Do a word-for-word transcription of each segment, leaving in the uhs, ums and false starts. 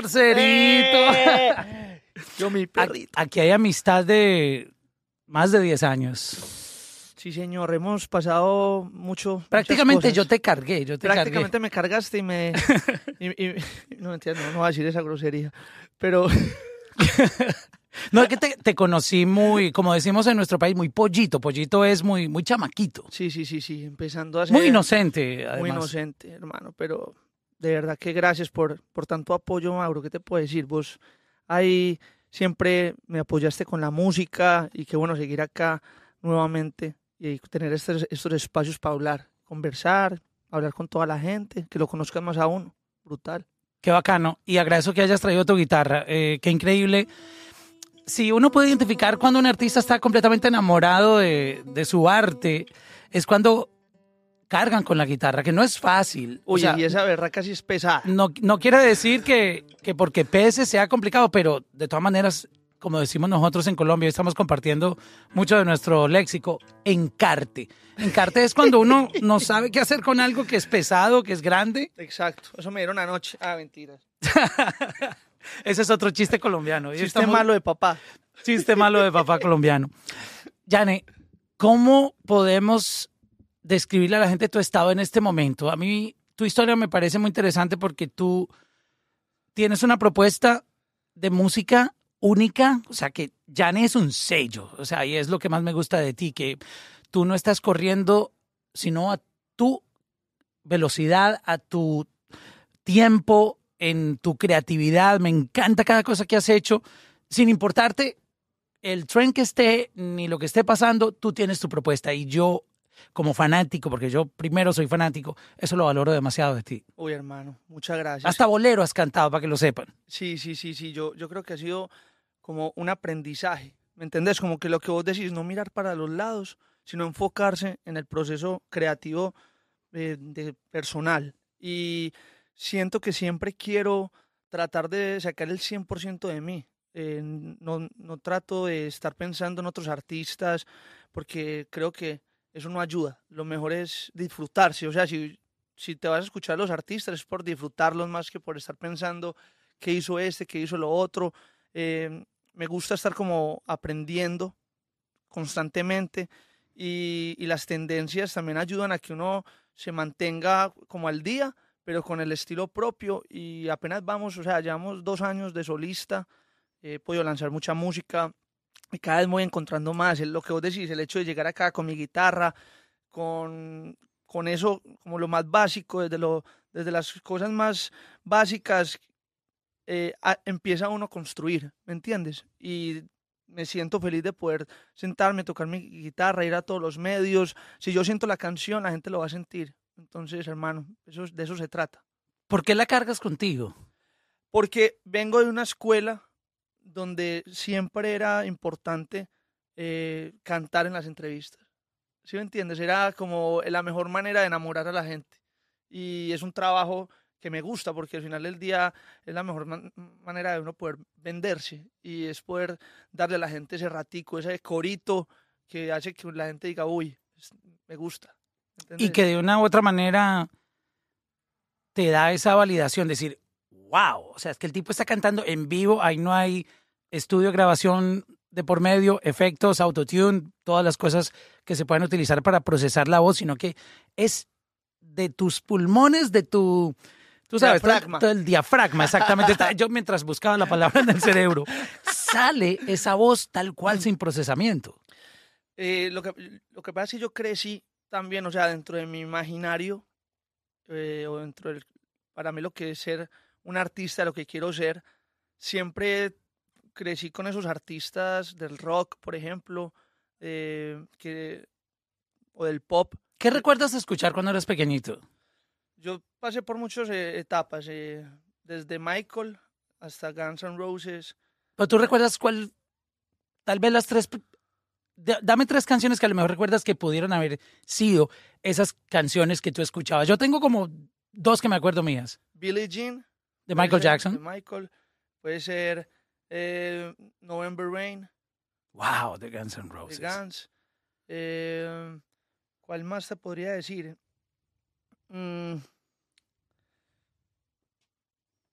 parcerito. Eh, yo, mi perrito. Aquí hay amistad de más de diez años. Sí, señor, hemos pasado mucho. Prácticamente yo te cargué, yo te Prácticamente cargué. me cargaste y me... y, y- no entiendo, no voy a decir esa grosería. Pero No, es que te, te conocí muy, como decimos en nuestro país, muy pollito. Pollito es muy, muy chamaquito. sí, sí, sí, sí, empezando a ser... Muy inocente, además. Muy inocente, hermano, pero de verdad que gracias por, por tanto apoyo, Mauro. ¿Qué te puedo decir? Vos ahí siempre me apoyaste con la música y qué bueno seguir acá nuevamente y tener estos, estos espacios para hablar, conversar, hablar con toda la gente, que lo conozcan más a uno. Brutal. Qué bacano. Y agradezco que hayas traído tu guitarra. Eh, qué increíble. Si uno puede identificar cuando un artista está completamente enamorado de, de su arte, es cuando cargan con la guitarra, que no es fácil. O Oye, sea, y esa berra casi es pesada. no, no quiere decir que, que porque pese sea complicado, pero de todas maneras, como decimos nosotros en Colombia, estamos compartiendo mucho de nuestro léxico, encarte. Encarte es cuando uno no sabe qué hacer con algo que es pesado, que es grande. Exacto, eso me dieron anoche. Ah, mentiras. Ese es otro chiste colombiano. Hoy Chiste estamos- malo de papá. Chiste malo de papá colombiano. Yane, ¿cómo podemos describirle a la gente tu estado en este momento? A mí tu historia me parece muy interesante porque tú tienes una propuesta de música única, o sea que Yane es un sello, o sea, y es lo que más me gusta de ti, que tú no estás corriendo sino a tu velocidad, a tu tiempo, en tu creatividad. Me encanta cada cosa que has hecho, sin importarte el tren que esté ni lo que esté pasando, tú tienes tu propuesta y yo como fanático, porque yo primero soy fanático, eso lo valoro demasiado de ti. Uy, hermano, muchas gracias. Hasta bolero has cantado, para que lo sepan. Sí, sí, sí, sí, yo, yo creo que ha sido como un aprendizaje, ¿me entendés? Como que lo que vos decís, no mirar para los lados, sino enfocarse en el proceso creativo eh, de personal. Y siento que siempre quiero tratar de sacar el cien por ciento de mí. Eh, no, no trato de estar pensando en otros artistas porque creo que eso no ayuda. Lo mejor es disfrutarse. O sea, si, si te vas a escuchar a los artistas es por disfrutarlos más que por estar pensando qué hizo este, qué hizo lo otro. Eh, me gusta estar como aprendiendo constantemente y, y las tendencias también ayudan a que uno se mantenga como al día, pero con el estilo propio y apenas vamos, o sea, llevamos dos años de solista, he podido lanzar mucha música y cada vez me voy encontrando más. Es lo que vos decís, el hecho de llegar acá con mi guitarra, con, con eso como lo más básico, desde, lo, desde las cosas más básicas, eh, a, empieza uno a construir, ¿me entiendes? Y me siento feliz de poder sentarme, tocar mi guitarra, ir a todos los medios. Si yo siento la canción, la gente lo va a sentir. Entonces, hermano, eso, de eso se trata. ¿Por qué la cargas contigo? Porque vengo de una escuela donde siempre era importante eh, cantar en las entrevistas. ¿Sí me entiendes? Era como la mejor manera de enamorar a la gente. Y es un trabajo que me gusta porque al final del día es la mejor man manera de uno poder venderse y es poder darle a la gente ese ratico, ese corito que hace que la gente diga, uy, me gusta. ¿Entendés? Y que de una u otra manera te da esa validación, decir, wow, o sea, es que el tipo está cantando en vivo, ahí no hay estudio, grabación de por medio, efectos, autotune, todas las cosas que se pueden utilizar para procesar la voz, sino que es de tus pulmones, de tu... Tú sabes, todo, todo el diafragma, exactamente. Yo mientras buscaba la palabra en el cerebro, sale esa voz tal cual sin procesamiento. Eh, lo, que, lo que pasa es que yo crecí también, o sea, dentro de mi imaginario, eh, o dentro del, para mí lo que es ser un artista, lo que quiero ser, siempre crecí con esos artistas del rock, por ejemplo, eh, que, o del pop. ¿Qué recuerdas de escuchar cuando eras pequeñito? Yo pasé por muchas eh, etapas, eh, desde Michael hasta Guns N' Roses. ¿Pero tú recuerdas cuál, tal vez las tres, dame tres canciones que a lo mejor recuerdas que pudieron haber sido esas canciones que tú escuchabas? Yo tengo como dos que me acuerdo mías. Billie Jean. De Michael Jackson. De Michael. Puede ser eh, November Rain. Wow, de Guns N' Roses. De Guns. Eh, ¿Cuál más te podría decir? Mm.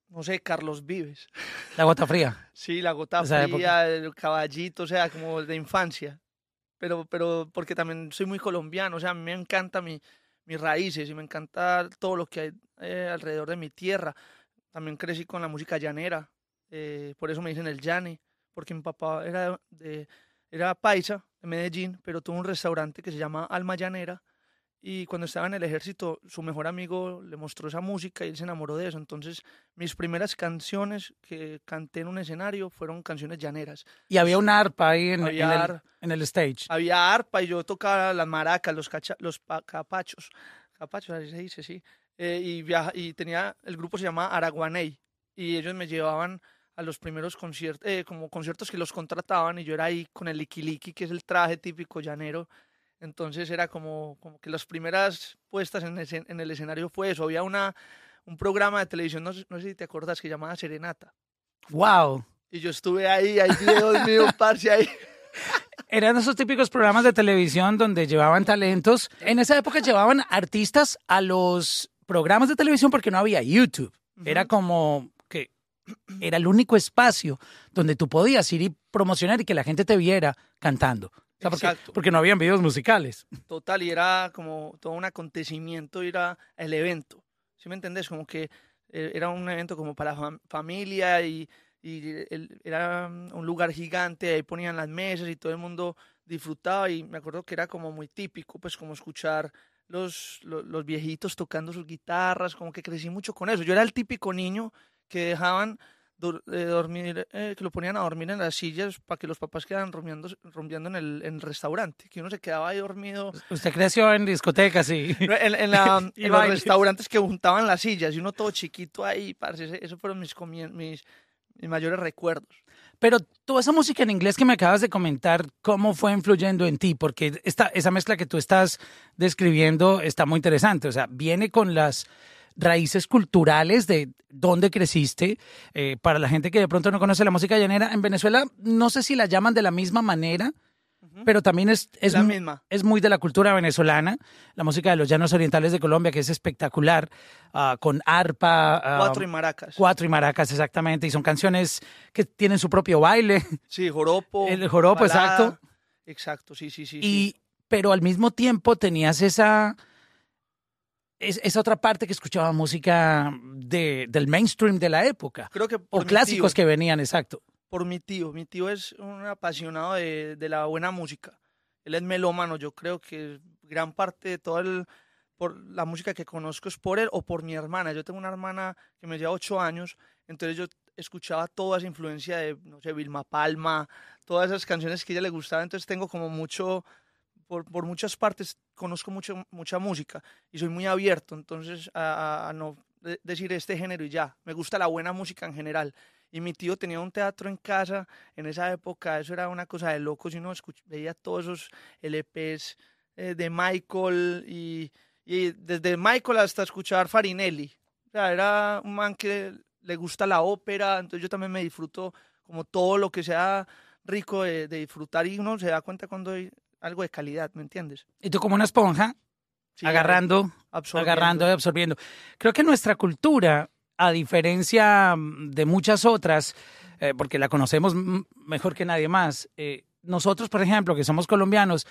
no sé, Carlos Vives. La Gota Fría. Sí, La Gota Esa Fría, época. el Caballito, o sea, como de infancia. Pero, pero porque también soy muy colombiano, o sea, a mí me encanta mi, mis raíces y me encanta todo lo que hay eh, alrededor de mi tierra. También crecí con la música llanera, eh, por eso me dicen el llane, porque mi papá era, de, era paisa de Medellín, pero tuvo un restaurante que se llama Alma Llanera y cuando estaba en el ejército su mejor amigo le mostró esa música y él se enamoró de eso. Entonces mis primeras canciones que canté en un escenario fueron canciones llaneras. Y había una arpa ahí en, en, Había el, ar- en el stage. había arpa y yo tocaba las maracas, los, cacha- los pa- capachos, capachos, así se dice, sí. Eh, y, viaja- y tenía, el grupo se llama Araguaney y ellos me llevaban a los primeros conciertos, eh, como conciertos que los contrataban y yo era ahí con el liquiliqui, que es el traje típico llanero. Entonces era como, como que las primeras puestas en, escen- en el escenario fue eso. Había una, un programa de televisión, no sé, no sé si te acuerdas, que llamaba Serenata. ¡Wow! Y yo estuve ahí, hay videos míos, parce, ahí. Eran esos típicos programas de televisión donde llevaban talentos. En esa época llevaban artistas a los programas de televisión porque no había YouTube. Era como que era el único espacio donde tú podías ir y promocionar y que la gente te viera cantando. O sea, porque, Exacto. porque no habían videos musicales. Total, y era como todo un acontecimiento ir a- al evento. ¿Sí me entendés? Como que eh, era un evento como para fam- familia y, y el- era mm, un lugar gigante, ahí ponían las mesas y todo el mundo disfrutaba y me acuerdo que era como muy típico, pues como escuchar los, los, los viejitos tocando sus guitarras, como que crecí mucho con eso. Yo era el típico niño que dejaban dur- eh, dormir, eh, que lo ponían a dormir en las sillas para que los papás quedaran rumbeando, rumbeando en el, en el restaurante, que uno se quedaba ahí dormido Usted creció en discotecas y... no, En, en la- Y en los bailes. restaurantes que juntaban las sillas y uno todo chiquito ahí, parce, ese- esos fueron mis, comien- mis, mis mayores recuerdos. Pero toda esa música en inglés que me acabas de comentar, ¿cómo fue influyendo en ti? Porque esta, esa mezcla que tú estás describiendo está muy interesante. O sea, viene con las raíces culturales de dónde creciste. Eh, para la gente que de pronto no conoce la música llanera, en Venezuela no sé si la llaman de la misma manera, pero también es, es, La mu- misma. es muy de la cultura venezolana, la música de los llanos orientales de Colombia, que es espectacular, ah, con arpa. ah, Cuatro y maracas. Cuatro y maracas, exactamente, y son canciones que tienen su propio baile, Sí, joropo. el joropo, balada. exacto, Exacto, sí, sí, sí. y, sí. pero al mismo tiempo tenías esa, es- esa otra parte que escuchaba música de, del mainstream de la época, Creo que por o mi clásicos tío, que venían, exacto. por mi tío. Mi tío es un apasionado de, de la buena música. Él es melómano, yo creo que gran parte de todo el, por la música que conozco es por él o por mi hermana. Yo tengo una hermana que me lleva ocho años, entonces yo escuchaba toda esa influencia de, no sé, Vilma Palma, todas esas canciones que a ella le gustaban, entonces tengo como mucho, por, por muchas partes conozco mucho, mucha música y soy muy abierto, entonces a, a- a no de- decir este género y ya, me gusta la buena música en general. Y mi tío tenía un teatro en casa en esa época, eso era una cosa de locos y uno escuch- veía todos esos L Pes eh, de Michael y, y desde Michael hasta escuchar Farinelli. O sea, era un man que le gusta la ópera, entonces yo también me disfruto como todo lo que sea rico de, de disfrutar y uno se da cuenta cuando hay algo de calidad, ¿me entiendes? Y tú como una esponja, Sí, agarrando, absorbiendo. agarrando y absorbiendo. Creo que nuestra cultura, a diferencia mm, de muchas otras, eh, porque la conocemos mm, mejor que nadie más, eh, nosotros, por ejemplo, que somos colombianos,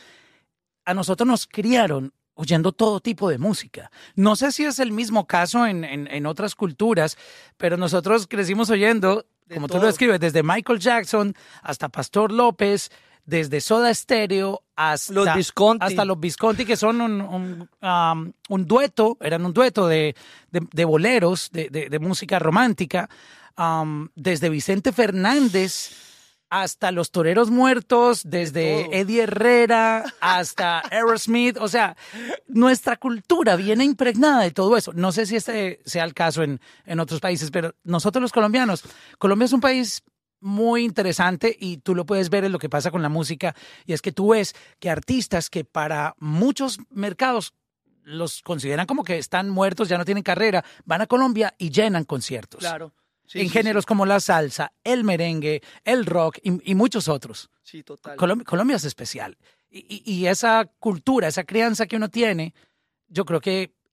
a nosotros nos criaron oyendo todo tipo de música. No sé si es el mismo caso en, en, en otras culturas, pero nosotros crecimos oyendo, De como tú todo. lo describes, desde Michael Jackson hasta Pastor López, desde Soda Stereo hasta Los Visconti. hasta los Visconti, que son un, un, um, un dueto, eran un dueto de, de, de boleros, de, de, de música romántica, um, desde Vicente Fernández hasta Los Toreros Muertos, desde todo. Eddie Herrera hasta Aerosmith. O sea, nuestra cultura viene impregnada de todo eso. No sé si este sea el caso en, en otros países, pero nosotros los colombianos, Colombia es un país muy interesante y tú lo puedes ver en lo que pasa con la música, y es que tú ves que artistas que para muchos mercados los consideran como que están muertos, ya no tienen carrera, van a Colombia y llenan conciertos. Claro. Sí, en sí, géneros sí. como la salsa, el merengue, el rock y, y muchos otros. Sí, total. Colombia, Colombia es especial. Y, y- y esa cultura, esa crianza que uno tiene, yo creo que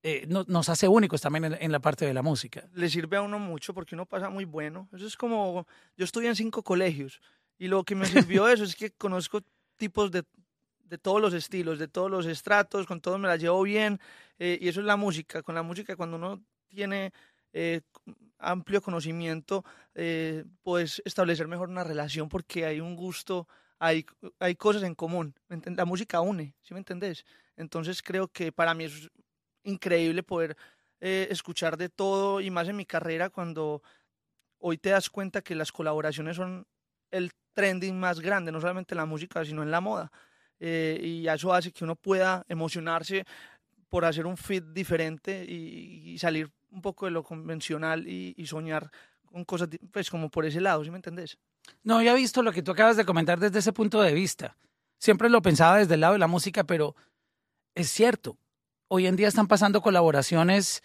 eh, no, nos hace únicos también en, en la parte de la música. Le sirve a uno mucho porque uno pasa muy bueno. Eso es como, yo estudié en cinco colegios y lo que me sirvió eso es que conozco tipos de, de todos los estilos, de todos los estratos, con todos me la llevo bien, eh, y eso es la música. Con la música, cuando uno tiene eh, amplio conocimiento, eh, puedes establecer mejor una relación porque hay un gusto, hay, hay cosas en común. La música une, ¿sí me entendés? Entonces creo que para mí es increíble poder eh, escuchar de todo, y más en mi carrera, cuando hoy te das cuenta que las colaboraciones son el trending más grande, no solamente en la música, sino en la moda. Eh, y eso hace que uno pueda emocionarse por hacer un fit diferente y, y salir un poco de lo convencional y, y soñar con cosas, pues como por ese lado, ¿sí me entendés? No había visto lo que tú acabas de comentar desde ese punto de vista. Siempre lo pensaba desde el lado de la música, pero es cierto. Hoy en día están pasando colaboraciones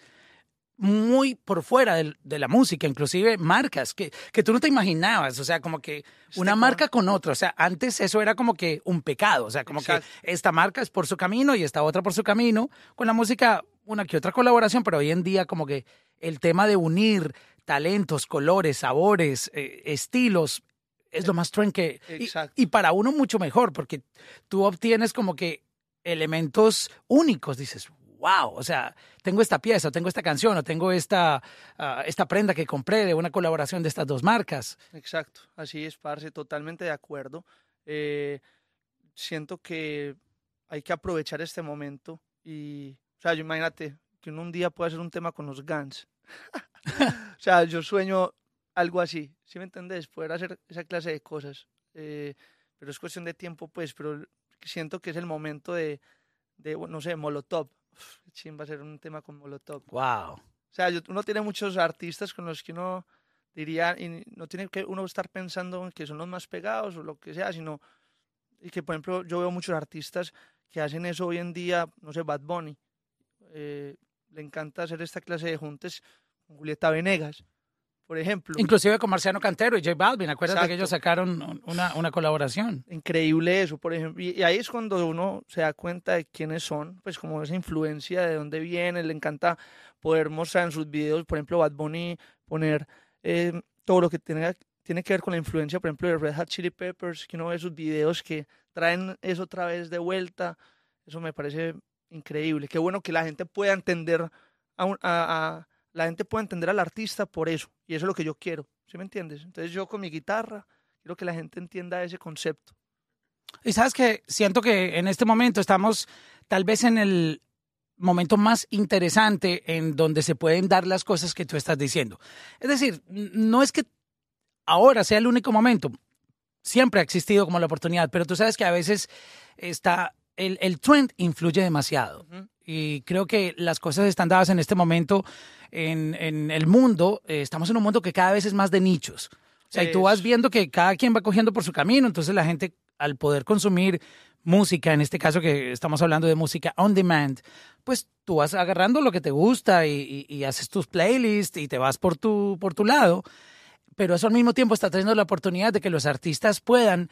muy por fuera de, de la música, inclusive marcas que, que tú no te imaginabas, o sea, como que una marca con otra, o sea, antes eso era como que un pecado, o sea, como Exacto. que esta marca es por su camino y esta otra por su camino, con la música una que otra colaboración, pero hoy en día como que el tema de unir talentos, colores, sabores, eh, estilos, es lo más trend que... Exacto. Y, y para uno mucho mejor, porque tú obtienes como que elementos únicos, dices, wow, o sea, tengo esta pieza, tengo esta canción, o tengo esta, uh, esta prenda que compré de una colaboración de estas dos marcas. Exacto, así es, parce, totalmente de acuerdo. Eh, siento que hay que aprovechar este momento y, o sea, yo imagínate que uno un día pueda hacer un tema con los Guns. O sea, yo sueño algo así, ¿sí me entendés? Poder hacer esa clase de cosas. Eh, pero es cuestión de tiempo, pues, pero siento que es el momento de, de no sé, Molotov. Chin, va a ser un tema con Molotov. Wow. O sea, yo, uno tiene muchos artistas con los que uno diría, y no tiene que uno estar pensando en que son los más pegados o lo que sea, sino y que, por ejemplo, yo veo muchos artistas que hacen eso hoy en día, no sé, Bad Bunny. Eh, le encanta hacer esta clase de juntes con Julieta Venegas, por ejemplo. Inclusive con Marciano Cantero y J Balvin, acuérdate Exacto. que ellos sacaron una, una colaboración. Increíble eso, por ejemplo. Y, y ahí es cuando uno se da cuenta de quiénes son, pues como esa influencia, de dónde viene. Le encanta poder mostrar en sus videos, por ejemplo, Bad Bunny, poner eh, todo lo que tiene, tiene que ver con la influencia, por ejemplo, de Red Hot Chili Peppers, que uno ve sus videos que traen eso otra vez de vuelta. Eso me parece increíble. Qué bueno que la gente pueda entender a, un, a, a la gente pueda entender al artista por eso. Y eso es lo que yo quiero, ¿sí me entiendes? Entonces yo con mi guitarra quiero que la gente entienda ese concepto. Y sabes que siento que en este momento estamos tal vez en el momento más interesante en donde se pueden dar las cosas que tú estás diciendo. Es decir, no es que ahora sea el único momento. Siempre ha existido como la oportunidad, pero tú sabes que a veces está el, el trend influye demasiado. Uh-huh. Y creo que las cosas están dadas en este momento en, en el mundo. Eh, estamos en un mundo que cada vez es más de nichos. O sea, es... y tú vas viendo que cada quien va cogiendo por su camino. Entonces la gente, al poder consumir música, en este caso que estamos hablando de música on demand, pues tú vas agarrando lo que te gusta y, y, y haces tus playlists y te vas por tu, por tu lado. Pero eso al mismo tiempo está trayendo la oportunidad de que los artistas puedan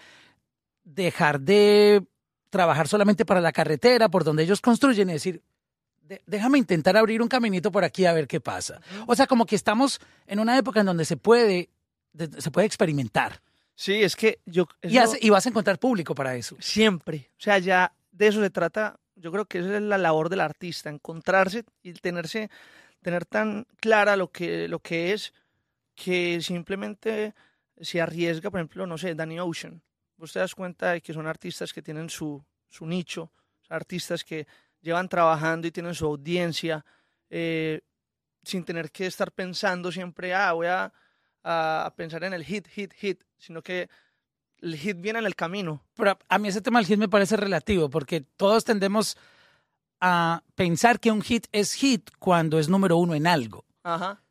dejar de trabajar solamente para la carretera por donde ellos construyen y decir, déjame intentar abrir un caminito por aquí a ver qué pasa. Uh-huh. O sea, como que estamos en una época en donde se puede, de, se puede experimentar. Sí, es que yo... Y, hace, y vas a encontrar público para eso. Siempre. O sea, ya de eso se trata. Yo creo que esa es la labor del artista, encontrarse y tenerse, tener tan clara lo que, lo que es, que simplemente se arriesga. Por ejemplo, no sé, Danny Ocean. Vos te das cuenta de que son artistas que tienen su, su nicho, artistas que llevan trabajando y tienen su audiencia, eh, sin tener que estar pensando siempre, ah, voy a, a pensar en el hit, hit, hit, sino que el hit viene en el camino. Pero a mí ese tema del hit me parece relativo, porque todos tendemos a pensar que un hit es hit cuando es número uno en algo. Ajá.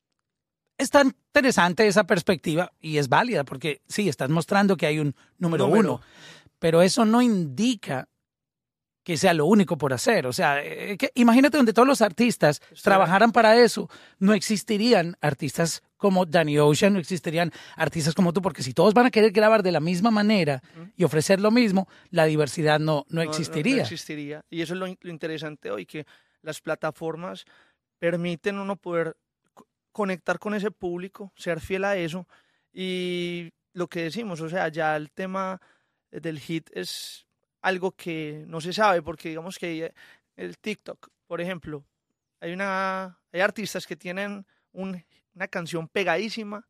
Es tan interesante esa perspectiva y es válida porque sí, estás mostrando que hay un número, número uno, pero eso no indica que sea lo único por hacer. O sea, que, imagínate donde todos los artistas sí. trabajaran para eso, no existirían artistas como Danny Ocean, no existirían artistas como tú, porque si todos van a querer grabar de la misma manera uh-huh. y ofrecer lo mismo, la diversidad no, no existiría. No, no, no existiría. Y eso es lo, lo interesante hoy, que las plataformas permiten uno poder co- conectar con ese público, ser fiel a eso. Y lo que decimos, o sea, ya el tema del hit es algo que no se sabe, porque digamos que el TikTok, por ejemplo, hay una hay artistas que tienen un- una canción pegadísima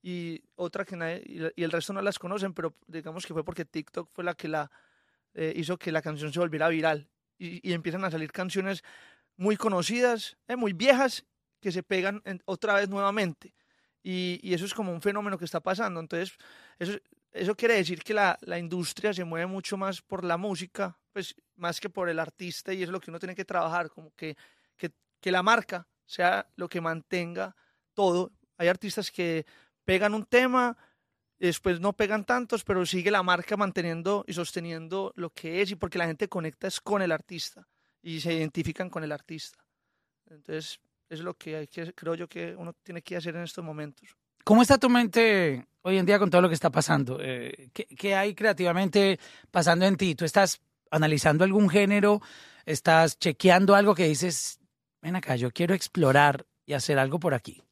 y otra que nadie, y, la- y el resto no las conocen, pero digamos que fue porque TikTok fue la que la eh, hizo que la canción se volviera viral y, y empiezan a salir canciones muy conocidas, eh, muy viejas, que se pegan en- otra vez nuevamente. Y, y eso es como un fenómeno que está pasando. Entonces, eso, eso quiere decir que la, la industria se mueve mucho más por la música, pues más que por el artista, y eso es lo que uno tiene que trabajar, como que, que, que la marca sea lo que mantenga todo. Hay artistas que pegan un tema, después no pegan tantos, pero sigue la marca manteniendo y sosteniendo lo que es, y porque la gente conecta es con el artista y se identifican con el artista. Entonces, eso es lo que hay que, creo yo que uno tiene que hacer en estos momentos. ¿Cómo está tu mente hoy en día con todo lo que está pasando? Eh, ¿qué, qué hay creativamente pasando en ti? ¿Tú estás analizando algún género? ¿Estás chequeando algo que dices, ven acá, yo quiero explorar y hacer algo por aquí?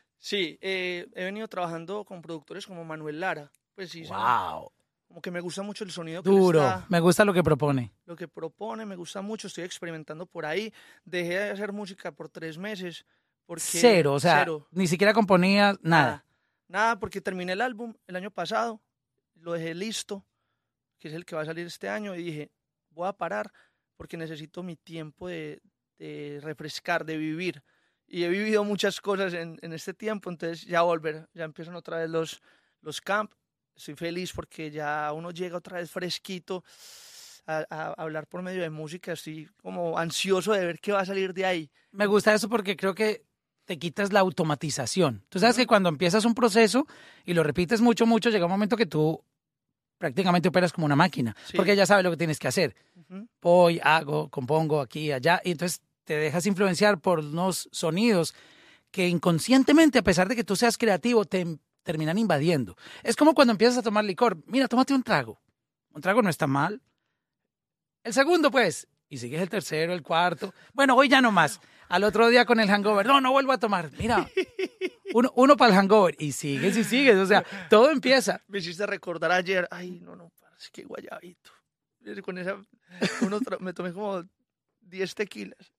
Sí, eh, he venido trabajando con productores como Manuel Lara. Pues sí, son, ¡Wow! como que me gusta mucho el sonido que él Duro. está, Me gusta lo que propone. lo que propone, me gusta mucho, estoy experimentando por ahí. Dejé de hacer música por tres meses porque Cero, o sea, cero, ni siquiera componía nada. nada, nada, porque terminé el álbum el año pasado, lo dejé listo, que es el que va a salir este año, y dije, voy a parar porque necesito mi tiempo de, de refrescar, de vivir. Y he vivido muchas cosas en, en este tiempo, entonces ya volver, ya empiezan otra vez los, los camp. Estoy feliz porque ya uno llega otra vez fresquito a, a hablar por medio de música. Estoy como ansioso de ver qué va a salir de ahí. Me gusta eso porque creo que te quitas la automatización. Tú sabes Ujú. que cuando empiezas un proceso y lo repites mucho, mucho, llega un momento que tú prácticamente operas como una máquina, Sí. porque ya sabes lo que tienes que hacer. Ujú. Voy, hago, compongo aquí, allá, y entonces te dejas influenciar por unos sonidos que inconscientemente, a pesar de que tú seas creativo, te em- terminan invadiendo. Es como cuando empiezas a tomar licor. Mira, tómate un trago. Un trago no está mal. El segundo, pues, y sigues el tercero, el cuarto. Bueno, hoy ya no más. Al otro día con el hangover. No, no vuelvo a tomar. Mira, uno, uno para el hangover. Y sigues y sigues. O sea, todo empieza. Me hiciste recordar ayer, ay, no, no, parce, qué guayabito. Con esa, uno tra- me tomé como diez tequilas.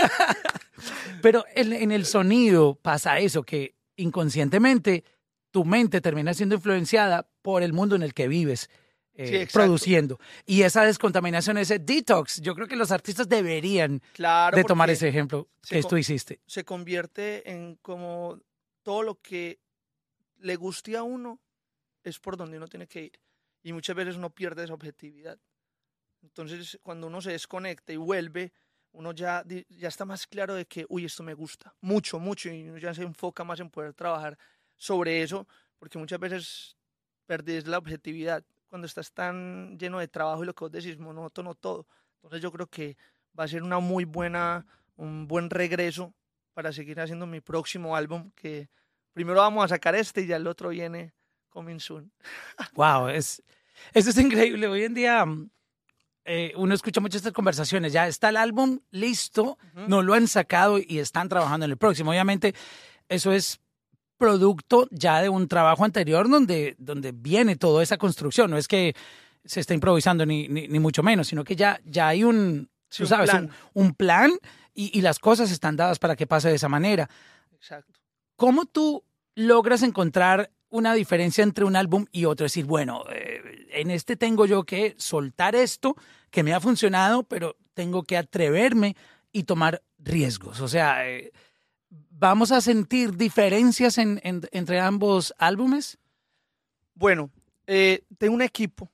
Pero en, en el sonido pasa eso, que inconscientemente tu mente termina siendo influenciada por el mundo en el que vives. Eh, Sí, exacto. produciendo. Y esa descontaminación, ese detox, yo creo que los artistas deberían Claro, de tomar porque ese ejemplo se que co- tú hiciste. se convierte en como todo lo que le guste a uno es por donde uno tiene que ir. Y muchas veces uno pierde esa objetividad. Entonces, cuando uno se desconecta y vuelve, uno ya, di- ya está más claro de que, uy, esto me gusta, mucho, mucho, y uno ya se enfoca más en poder trabajar sobre eso, porque muchas veces perdés la objetividad cuando estás tan lleno de trabajo y lo que vos decís, monótono todo. Entonces, yo creo que va a ser una muy buena, un buen regreso para seguir haciendo mi próximo álbum, que primero vamos a sacar este y ya el otro viene coming soon. Wow, es, eso es increíble. Hoy en día mm, eh, uno escucha muchas estas conversaciones. Ya está el álbum listo, Ujú. no lo han sacado y están trabajando en el próximo. Obviamente, eso es producto ya de un trabajo anterior donde, donde viene toda esa construcción. No es que se está improvisando ni, ni, ni mucho menos, sino que ya, ya hay un, Sí, tú un sabes, plan. un, un plan y, y las cosas están dadas para que pase de esa manera. Exacto. ¿Cómo tú logras encontrar una diferencia entre un álbum y otro? Es decir, bueno, eh, en este tengo yo que soltar esto que me ha funcionado, pero tengo que atreverme y tomar riesgos. O sea, eh, ¿vamos a sentir diferencias en, en- entre ambos álbumes? Bueno, eh, tengo un equipo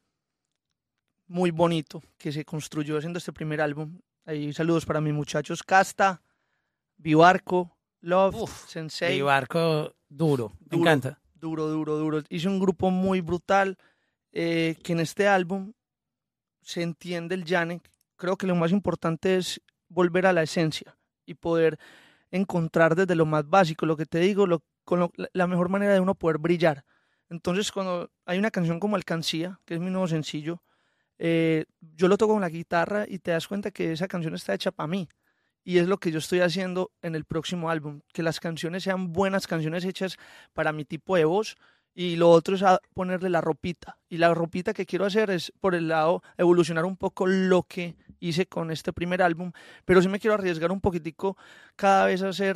muy bonito que se construyó haciendo este primer álbum. Ahí saludos para mis muchachos Casta, Vivarco, Love, Uf, Sensei. Vivarco duro, me Duro. encanta. Duro, duro, duro. Hice un grupo muy brutal eh, que en este álbum se entiende el Yannick. Creo que lo más importante es volver a la esencia y poder encontrar desde lo más básico, lo que te digo, lo, con lo- la- la mejor manera de uno poder brillar. Entonces, cuando hay una canción como Alcancía, que es mi nuevo sencillo, eh, yo lo toco con la guitarra y te das cuenta que esa canción está hecha para mí. y es lo que yo estoy haciendo en el próximo álbum, que las canciones sean buenas canciones hechas para mi tipo de voz, y lo otro es a ponerle la ropita, y la ropita que quiero hacer es por el lado evolucionar un poco lo que hice con este primer álbum, pero sí me quiero arriesgar un poquitico cada vez a hacer,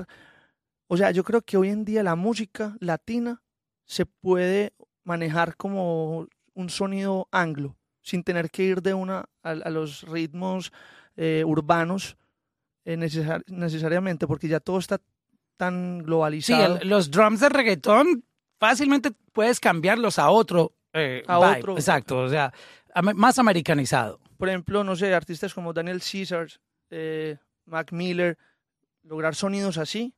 o sea, yo creo que hoy en día la música latina se puede manejar como un sonido anglo, sin tener que ir de una a, a los ritmos eh, urbanos eh, necesar, necesariamente, porque ya todo está tan Sí, globalizado. el- los drums de reggaetón fácilmente puedes cambiarlos a otro eh, A vibe. otro. Exacto, o sea, am- más americanizado. Por ejemplo, no sé, artistas como Daniel Caesar, eh, Mac Miller, lograr sonidos así,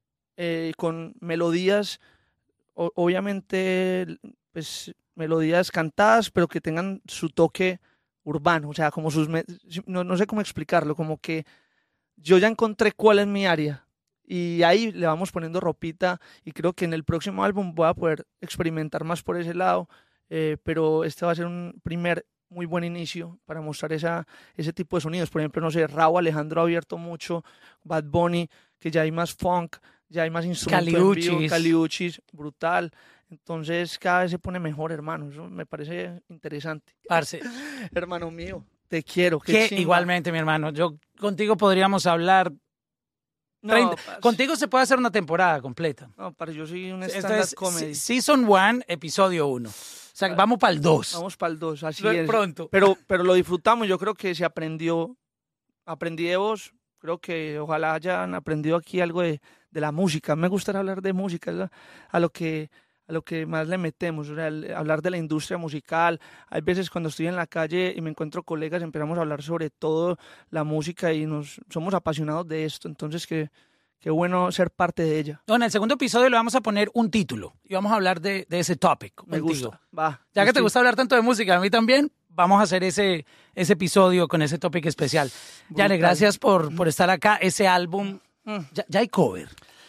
eh, con melodías, o- obviamente, pues melodías cantadas, pero que tengan su toque urbano, o sea, como sus, me- no, no sé cómo explicarlo, como que yo ya encontré cuál es mi área y ahí le vamos poniendo ropita y creo que en el próximo álbum voy a poder experimentar más por ese lado, eh, pero este va a ser un primer muy buen inicio para mostrar esa, ese tipo de sonidos. Por ejemplo, no sé, Rauw Alejandro ha abierto mucho, Bad Bunny, que ya hay más funk, ya hay más instrumentos en vivo, Caliuchis. Caliuchis, brutal. Entonces cada vez se pone mejor, hermano. Eso me parece interesante. Parce, Hermano mío, te quiero. Qué que chimba. igualmente, mi hermano, yo contigo podríamos hablar. No, treinta parce. contigo se puede hacer una temporada completa. No, parce, yo soy un Esto stand-up es comedy. se- Season uno, episodio uno. O sea, Ah, vamos para el dos. Vamos para el dos, así Lo- es. Pronto. Pero, pero lo disfrutamos, yo creo que se aprendió, aprendí de vos, creo que ojalá hayan aprendido aquí algo de, de la música. Me gusta hablar de música, es la- a lo que a lo que más le metemos, o sea, el- hablar de la industria musical. Hay veces cuando estoy en la calle y me encuentro colegas, empezamos a hablar sobre todo la música y nos somos apasionados de esto, entonces que qué bueno ser parte de ella. No, en el segundo episodio le vamos a poner un título y vamos a hablar de, de ese topic. Me contigo. gusta, va. Ya que te estoy- gusta hablar tanto de música, a mí también, vamos a hacer ese, ese episodio con ese topic especial. Yane, Brutal. gracias por, por estar acá. Ese álbum, Mm. ya, ya hay cover.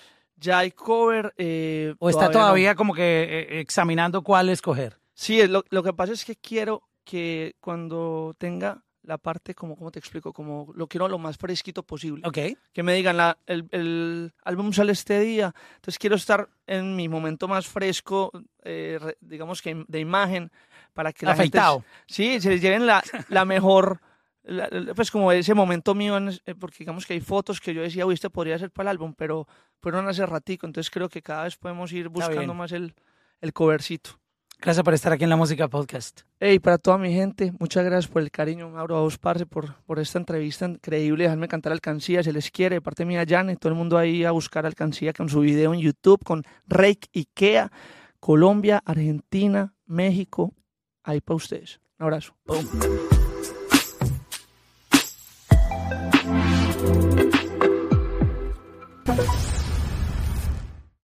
Ya hay cover. eh, ¿O está no. todavía como que eh, examinando cuál escoger? Sí, es lo, lo que pasa es que quiero que cuando tenga la parte, como, ¿cómo te explico? Como lo quiero lo más fresquito posible. Ok. Que me digan, la, el, el álbum sale este día, entonces quiero estar en mi momento más fresco, eh, re- digamos que de imagen, para que la Afeitado. gente... Sí, se les lleven la, la mejor... la- la- pues como ese momento mío, en- eh, porque digamos que hay fotos que yo decía, uy, este podría ser para el álbum, pero fueron hace ratico, entonces creo que cada vez podemos ir buscando bien. más el, el covercito. Gracias por estar aquí en La Música Podcast. Hey, para toda mi gente, muchas gracias por el cariño, Mauro, a vos, parce, por, por esta entrevista increíble, dejarme cantar alcancía, se les quiere, de parte mía, Yane, todo el mundo ahí a buscar alcancía con su video en YouTube, con Rake Ikea, Colombia, Argentina, México, ahí para ustedes. Un abrazo. Boom.